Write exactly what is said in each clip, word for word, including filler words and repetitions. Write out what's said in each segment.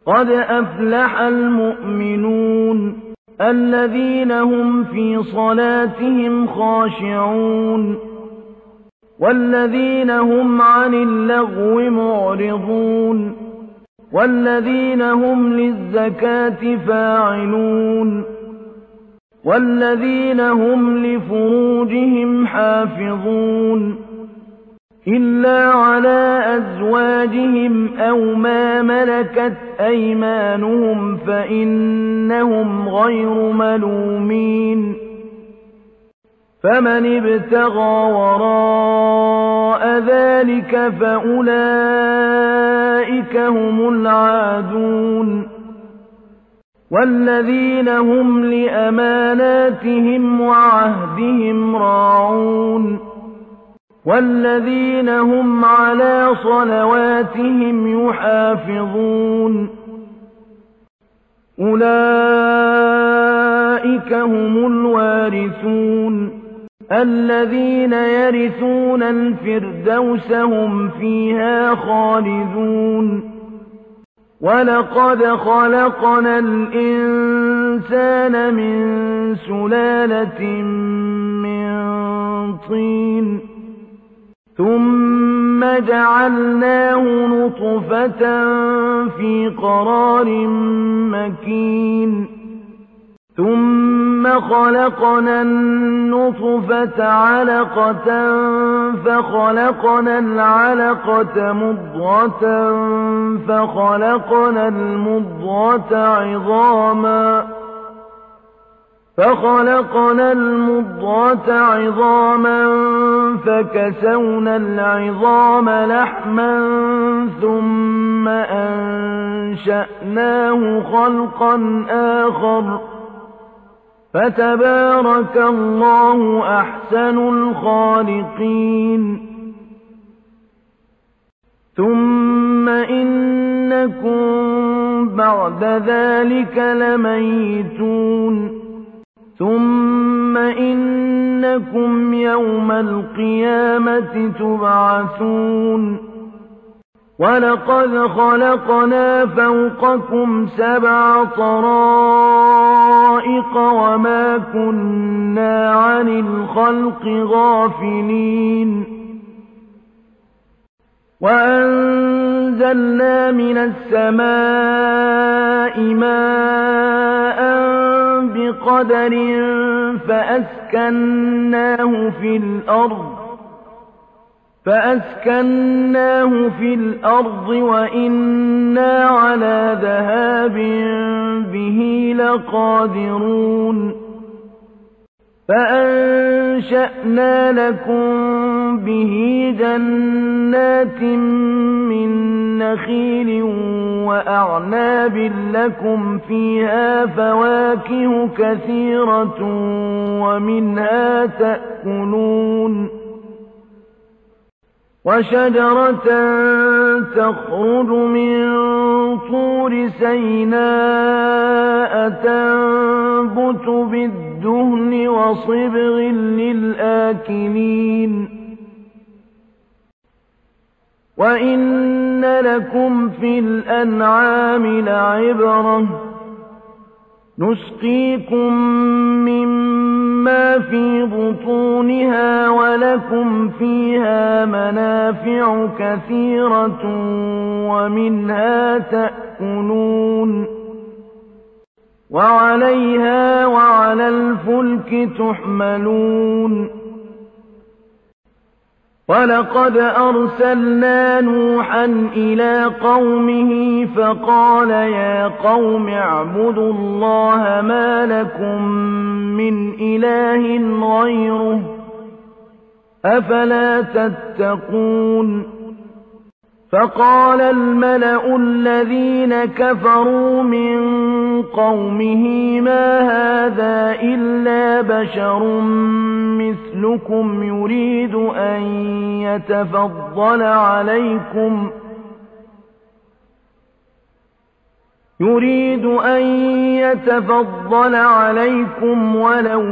قد أفلح المؤمنون الذين هم في صلاتهم خاشعون والذين هم عن اللغو معرضون والذين هم للزكاة فاعلون والذين هم لفروجهم حافظون إلا على أزواجهم أو ما ملكت أيمانهم فإنهم غير ملومين فمن ابتغى وراء ذلك فأولئك هم العادون والذين هم لأماناتهم وعهدهم راعون والذين هم على صلواتهم يحافظون أولئك هم الوارثون الذين يرثون الفردوس هم فيها خالدون ولقد خلقنا الإنسان من سلالة من طين ثم جعلناه نطفة في قرار مكين ثم خلقنا النطفة علقة فخلقنا العلقة مضغة فخلقنا المضغة عظاما فخلقنا المضغة عظاما فكسونا العظام لحما ثم أنشأناه خلقا آخر فتبارك الله أحسن الخالقين ثم إنكم بعد ذلك لميتون ثم إنكم يوم القيامة تبعثون ولقد خلقنا فوقكم سبع طرائق وما كنا عن الخلق غافلين وأنزلنا من السماء ماء بقدر فأسكناه في الأرض فأسكناه في الأرض وإنا على ذهاب به لقادرون فأنشأنا لكم به جنات من نخيل وأعناب لكم فيها فواكه كثيرة ومنها تأكلون وشجرة تخرج من طور سيناء تنبت بالدهن وصبغ للآكلين وإن لكم في الأنعام لعبرة نسقيكم مما في بطونها ولكم فيها منافع كثيرة ومنها تأكلون وعليها وعلى الفلك تحملون ولقد أرسلنا نوحا إلى قومه فقال يا قوم اعبدوا الله ما لكم من إله غيره أفلا تتقون فقال الملأ الذين كفروا من قومه ما هذا إلا بشر مثلكم يريد أن يتفضل عليكم يريد أن يتفضل عليكم ولو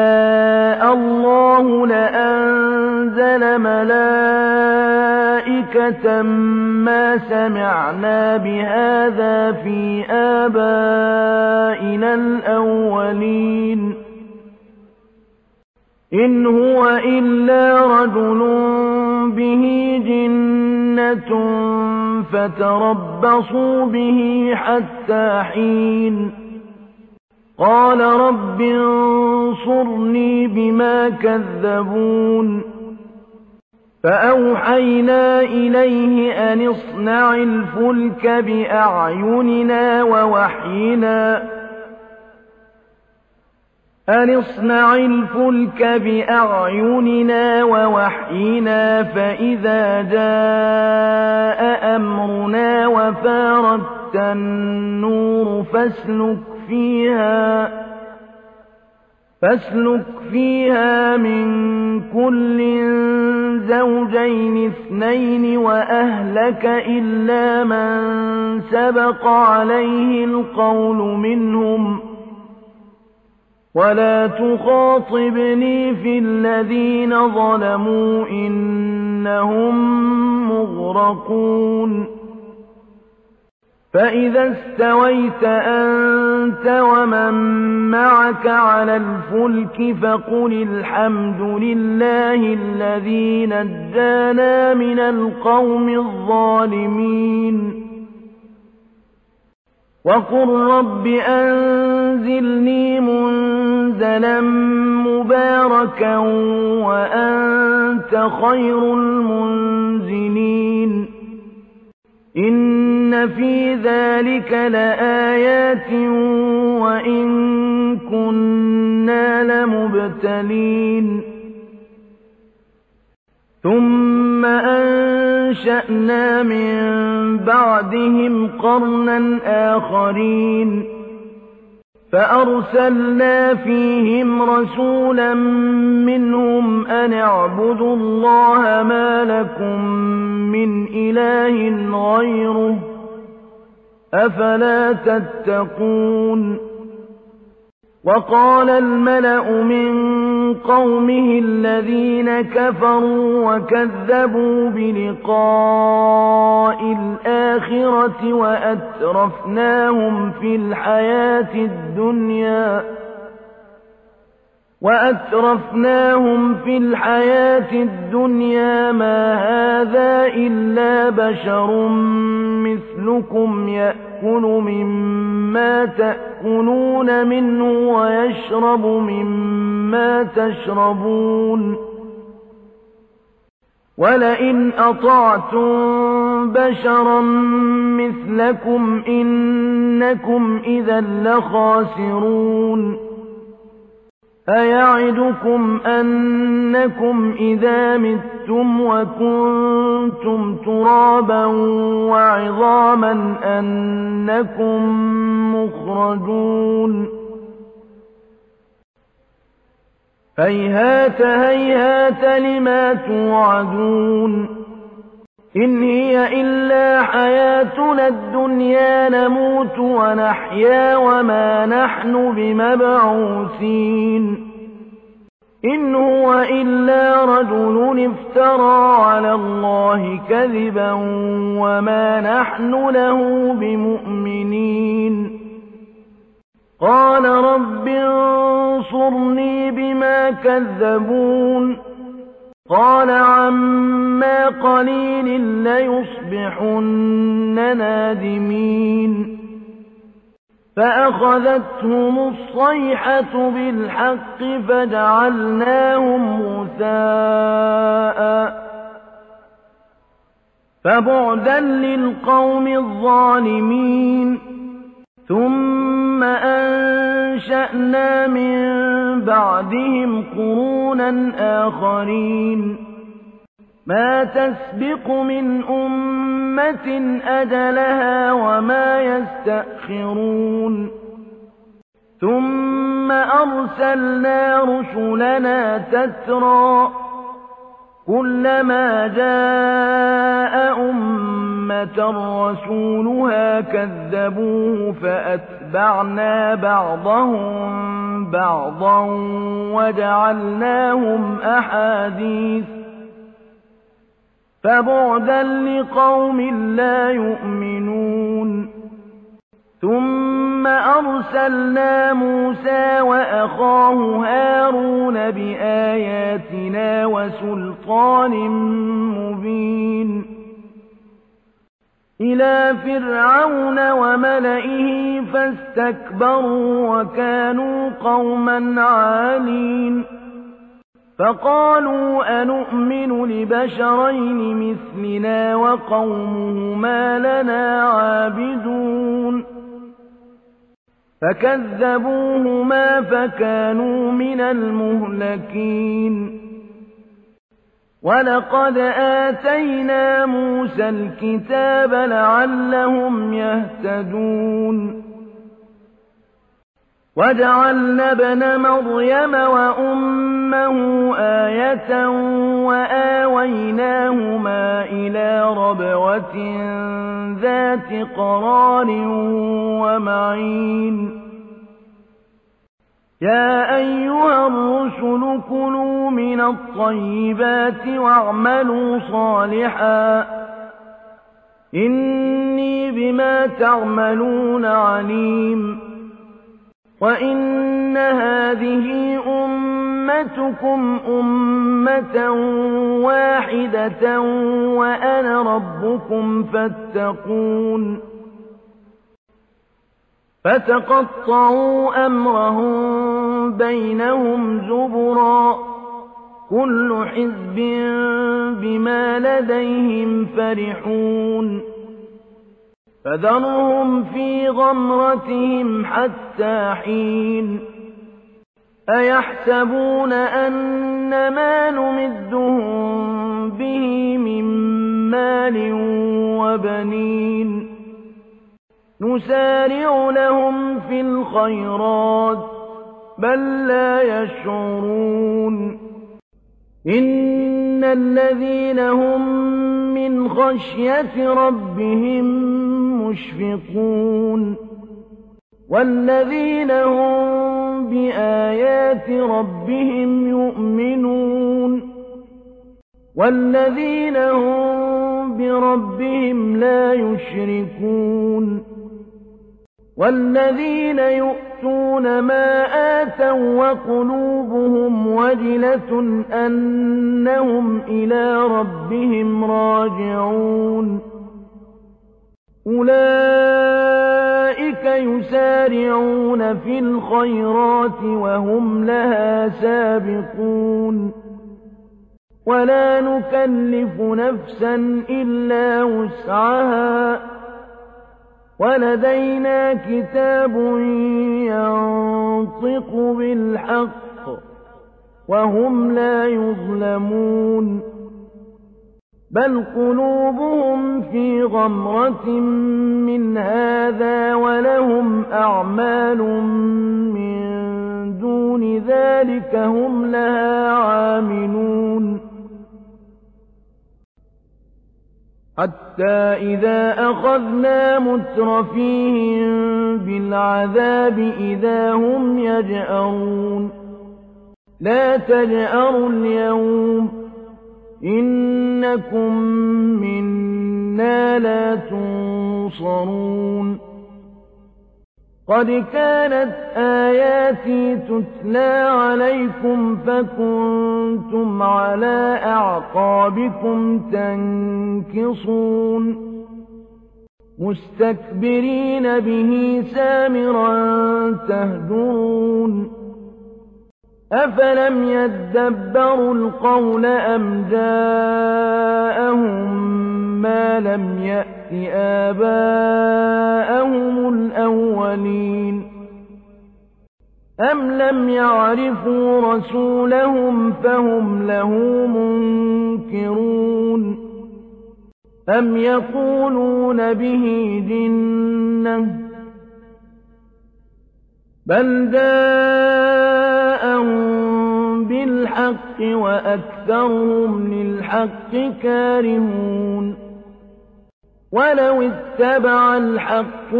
شاء الله لأنزل ملائكة مَلَائِكَةً مَا سَمِعْنَا بِهَذَا فِي آبَائِنَا الْأَوَّلِينَ إِنْ هُوَ إِلَّا رَجُلٌ بِهِ جِنَّةٌ فَتَرَبَّصُوا بِهِ حَتَّىٰ حِينٍ قَالَ رَبِّ انصُرْنِي بِمَا كَذَّبُونِ فَأَوْحَيْنَا إِلَيْهِ أَنِ اصْنَعِ الْفُلْكَ بِأَعْيُنِنَا وَوَحْيِنَا أَنِ اصْنَعِ الْفُلْكَ بِأَعْيُنِنَا وَوَحْيِنَا فَإِذَا جَاءَ أَمْرُنَا وَفَارَتِ النُّورُ فَاسْلُكْ فِيهَا فَاسْلُكْ فِيهَا مِن كُلٍّ زَوْجَيْنِ اثْنَيْنِ وَأَهْلَكَ إِلَّا مَن سَبَقَ عَلَيْهِ الْقَوْلُ مِنْهُمْ وَلَا تُخَاطِبْنِي فِي الَّذِينَ ظَلَمُوا إِنَّهُم مُّغْرَقُونَ فَإِذَا اسْتَوَيْتَ أَنتَ وَمَن مَّعَكَ عَلَى الْفُلْكِ فَقُلِ الْحَمْدُ لِلَّهِ الَّذِي نَجَّانَا مِنَ الْقَوْمِ الظَّالِمِينَ وَقُل رَّبِّ أَنزِلْنِي مُنزَلًا مُّبَارَكًا وَأَنتَ خَيْرُ الْمُنزِلِينَ إِنَّ فِي ذَلِكَ لَآيَاتٍ وَإِن كُنَّا لَمُبْتَلِينَ ثُمَّ أَنشَأْنَا مِن بَعْدِهِمْ قَرْنًا آخَرِينَ فَأَرْسَلْنَا فِيهِمْ رَسُولًا مِّنْهُمْ أَنِ اعْبُدُوا اللَّهَ مَا لَكُم مِّنْ إِلَٰهٍ غَيْرُهُ أَفَلَا تَتَّقُونَ وَقَالَ الْمَلَأُ مِن قَوْمِهِ الَّذِينَ كَفَرُوا وَكَذَّبُوا بِلِقَاءِ الْآخِرَةِ وَأَتْرَفْنَاهُمْ فِي الْحَيَاةِ الدُّنْيَا وَأَتْرَفْنَاهُمْ فِي الْحَيَاةِ الدُّنْيَا مَا هَٰذَا إِلَّا بَشَرٌ مِّثْلُكُمْ يَأْكُلُ مِمَّا تَأْكُلُونَ مِنْهُ وَيَشْرَبُ مِمَّا تَشْرَبُونَ وَلَئِنْ أَطَعْتُم بَشَرًا مِّثْلَكُمْ إِنَّكُمْ إِذًا لَّخَاسِرُونَ أَيَعِدُكُمْ أَنَّكُمْ إِذَا مِتُّمْ وَكُنتُمْ تُرَابًا وَعِظَامًا أَنَّكُم مُّخْرَجُونَ هَيْهَاتَ هَيْهَاتَ لِمَا تُوعَدُونَ إِنْ هِيَ إِلَّا حَيَاتُنَا الدُّنْيَا نَمُوتُ وَنَحْيَا وَمَا نَحْنُ بِمَبْعُوثِينَ إِنْ هُوَ إِلَّا رَجُلٌ افْتَرَىٰ عَلَى اللَّهِ كَذِبًا وَمَا نَحْنُ لَهُ بِمُؤْمِنِينَ قَالَ رَبِّ انصُرْنِي بِمَا كَذَّبُونِ قَالَ عَمَّا قَلِيلٍ لَّيُصْبِحُنَّ نَادِمِينَ فَأَخَذَتْهُمُ الصَّيْحَةُ بِالْحَقِّ فَجَعَلْنَاهُمْ غُثَاءً فَبُعْدًا لِّلْقَوْمِ الظَّالِمِينَ ثُمَّ أَنشَأْنَا مِن بَعْدِهِمْ قُرُونًا آخَرِينَ مَا تَسْبِقُ مِنْ أُمَّةٍ أَجَلَهَا وَمَا يَسْتَأْخِرُونَ ثُمَّ أَرْسَلْنَا رُسُلَنَا تَتْرَىٰ كُلَّمَا جَاءَ أُمَّةً رَّسُولُهَا كَذَّبُوهُ فَأَتْبَعْنَا بَعْضَهُم بَعْضًا وَجَعَلْنَاهُمْ أَحَادِيثَ فبعدا لقوم لا يؤمنون ثم أرسلنا موسى وأخاه هارون بآياتنا وسلطان مبين إلى فرعون وملئه فاستكبروا وكانوا قوما عالين فقالوا أنؤمن لبشرين مثلنا وقومهما لنا عابدون فكذبوهما فكانوا من المهلكين ولقد آتينا موسى الكتاب لعلهم يهتدون وجعلنا ابن مريم وأمه آية وآويناهما إلى ربوة ذات قرار ومعين يا أيها الرسل كلوا من الطيبات واعملوا صالحا إني بما تعملون عليم وإن هذه أمتكم أمة واحدة وأنا ربكم فاتقون فتقطعوا أمرهم بينهم زبرا كل حزب بما لديهم فرحون فذرهم في غمرتهم حتى حين أيحسبون أن ما نمدهم به من مال وبنين نسارع لهم في الخيرات بل لا يشعرون إن الذين هم من خشية ربهم مشفقون والذين هم بآيات ربهم يؤمنون والذين هم بربهم لا يشركون والذين يؤتون ما آتوا وقلوبهم وجلة أنهم إلى ربهم راجعون أولئك يسارعون في الخيرات وهم لها سابقون ولا نكلف نفسا إلا وسعها ولدينا كتاب ينطق بالحق وهم لا يظلمون بل قلوبهم في غمرة من هذا ولهم أعمال من دون ذلك هم لها عاملون حتى إذا أخذنا مترفيهم بالعذاب إذا هم يجأرون لا تجأروا اليوم إنكم منا لا تنصرون قد كانت آياتي تتلى عليكم فكنتم على أعقابكم تنكصون مستكبرين به سامرا تهجرون أفلم يدبروا القول أم جاءهم ما لم يأت آباءهم الأولين أم لم يعرفوا رسولهم فهم له منكرون أم يقولون به جنة بل جاءهم بالحق وأكثرهم للحق كارهون ولو اتبع الحق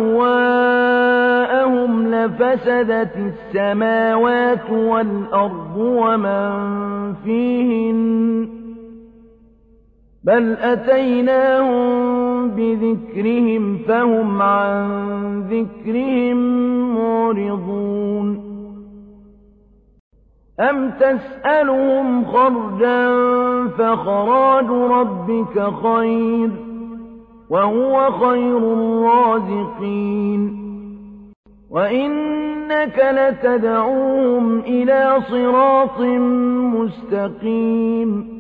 أهواءهم لفسدت السماوات والأرض ومن فيهن بل أتيناهم بذكرهم فهم عن ذكرهم معرضون أم تسألهم خرجا فخراج ربك خير وهو خير الرازقين وإنك لتدعوهم إلى صراط مستقيم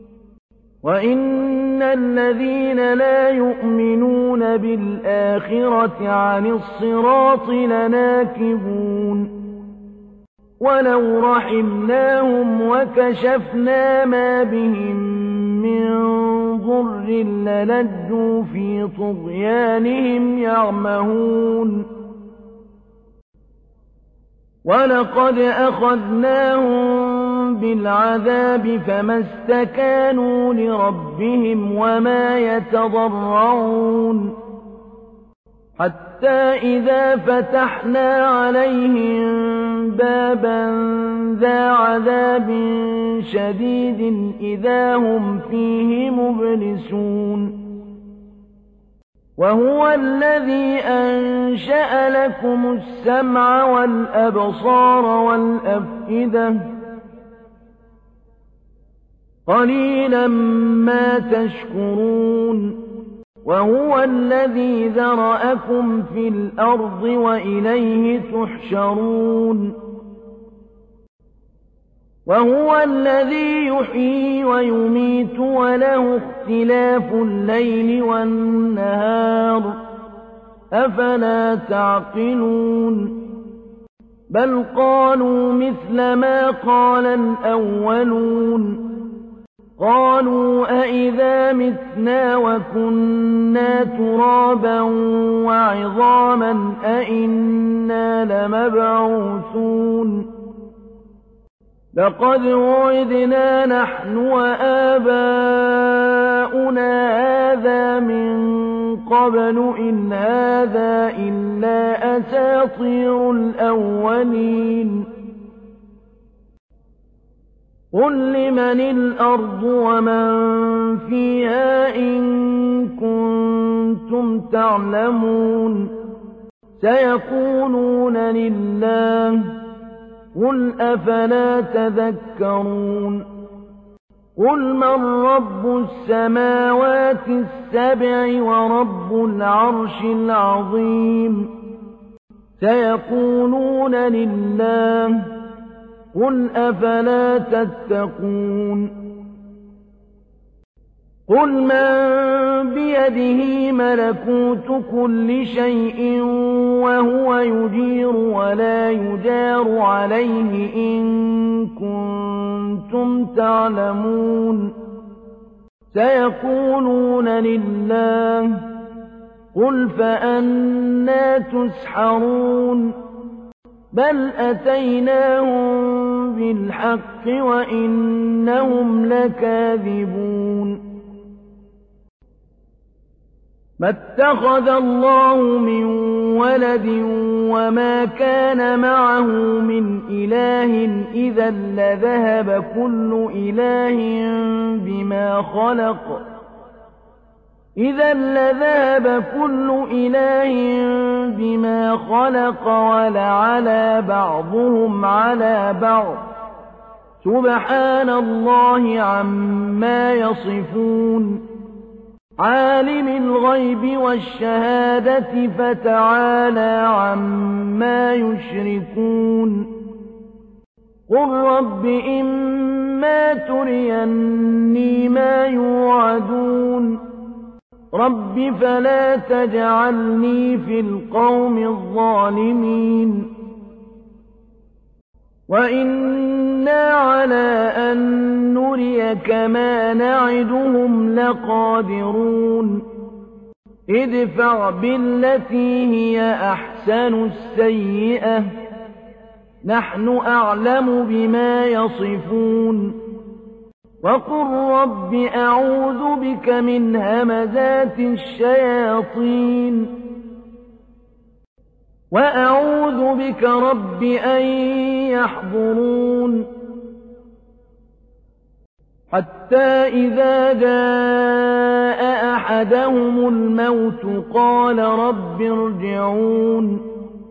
وإن الذين لا يؤمنون بالآخرة عن الصراط لناكبون ولو رحمناهم وكشفنا ما بهم من ضر للجوا في طغيانهم يعمهون ولقد أخذناهم بالعذاب فما استكانوا لربهم وما يتضرعون حتى إذا فتحنا عليهم بابا ذا عذاب شديد إذا هم فيه مبلسون وهو الذي أنشأ لكم السمع والأبصار والأفئدة قليلا ما تشكرون وهو الذي ذرأكم في الأرض وإليه تحشرون وهو الذي يحيي ويميت وله اختلاف الليل والنهار أفلا تعقلون بل قالوا مثل ما قال الأولون قالوا أئذا متنا وكنا ترابا وعظاما أئنا لمبعوثون لقد وعدنا نحن وآباؤنا هذا من قبل إن هذا إلا أساطير الأولين قل لمن الأرض ومن فيها إن كنتم تعلمون سيقولون لله قل أفلا تذكرون قل من رب السماوات السبع ورب العرش العظيم سيقولون لله قل أفلا تتقون قل من بيده ملكوت كل شيء وهو يجير ولا يجار عليه إن كنتم تعلمون سيقولون لله قل فأنى تسحرون بل أتيناهم بالحق وإنهم لكاذبون ما اتخذ الله من ولد وما كان معه من إله إذا لذهب كل إله بما خلق إذا لذهب كل إله بما خلق ولعلى بعضهم على بعض سبحان الله عما يصفون عالم الغيب والشهادة فتعالى عما يشركون قل رب إما تريني ما يوعدون رب فلا تجعلني في القوم الظالمين وإنا على أن نريك ما نعدهم لقادرون ادفع بالتي هي أحسن السيئة نحن أعلم بما يصفون وقل رب أعوذ بك من همزات الشياطين وأعوذ بك رب أن يحضرون حتى إذا جاء أحدهم الموت قال رب ارجعون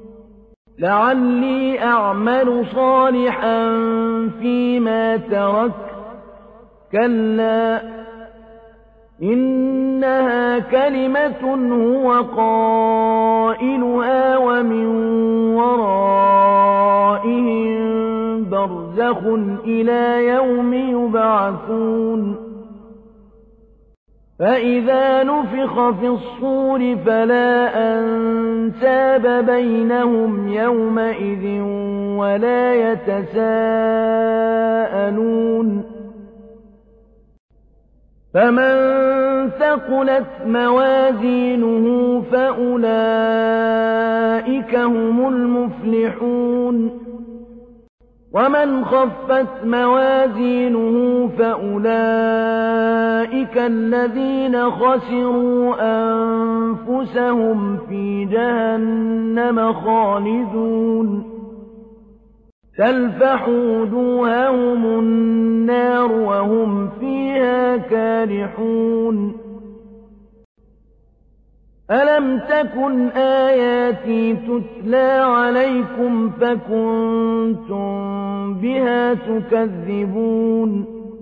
لعلي أعمل صالحا فيما تركت كلا إنها كلمة هو قائلها ومن ورائهم برزخ إلى يوم يبعثون فإذا نفخ في الصور فلا أنساب بينهم يومئذ ولا يتساءلون فمن ثقلت موازينه فأولئك هم المفلحون ومن خفت موازينه فأولئك الذين خسروا أنفسهم في جهنم خالدون تلفح وجوههم النار وهم فيها كالحون ألم تكن آياتي تتلى عليكم فكنتم بها تكذبون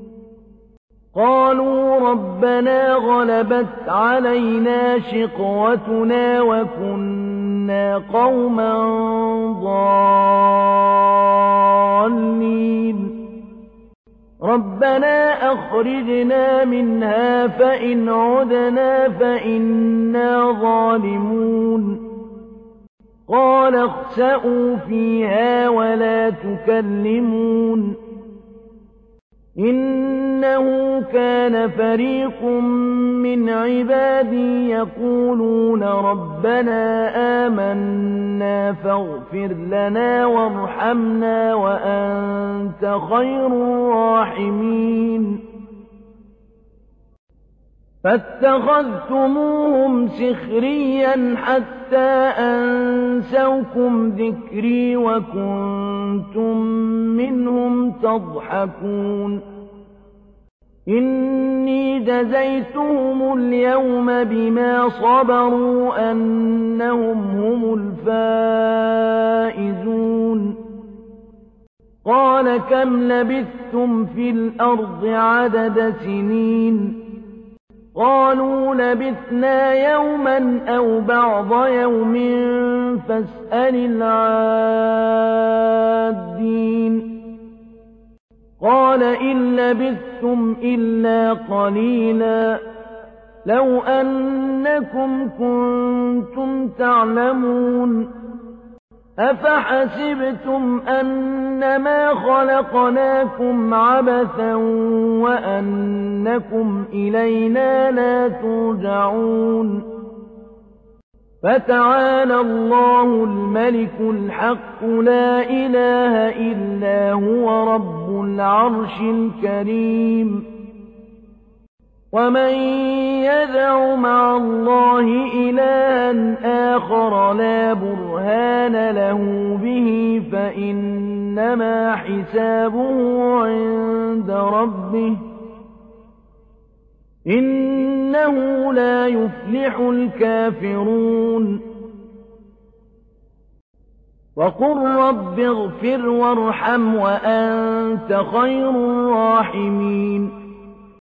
قالوا ربنا غلبت علينا شقوتنا وكنا قوما ضالين ربنا أخرجنا منها فإن عدنا فإنا ظالمون قال اخسئوا فيها ولا تكلمون إنه كان فريق من عبادي يقولون ربنا آمنا فاغفر لنا وارحمنا وأنت خير الراحمين فاتخذتموهم سخريا حتى أنسوكم ذكري وكنتم منهم تضحكون إني جزيتهم اليوم بما صبروا أنهم هم الفائزون قال كم لبثتم في الأرض عدد سنين قالوا لبثنا يوما أو بعض يوم فاسأل العادين قال إن لبثتم إلا قليلا لو أنكم كنتم تعلمون أفحسبتم أنما خلقناكم عبثا وأنكم إلينا لا ترجعون فتعالى الله الملك الحق لا إله إلا هو رب العرش الكريم ومن يدع مع الله إلها آخر لا برهان له به فإنما حسابه عند ربه إنه لا يفلح الكافرون وقل رب اغفر وارحم وأنت خير الراحمين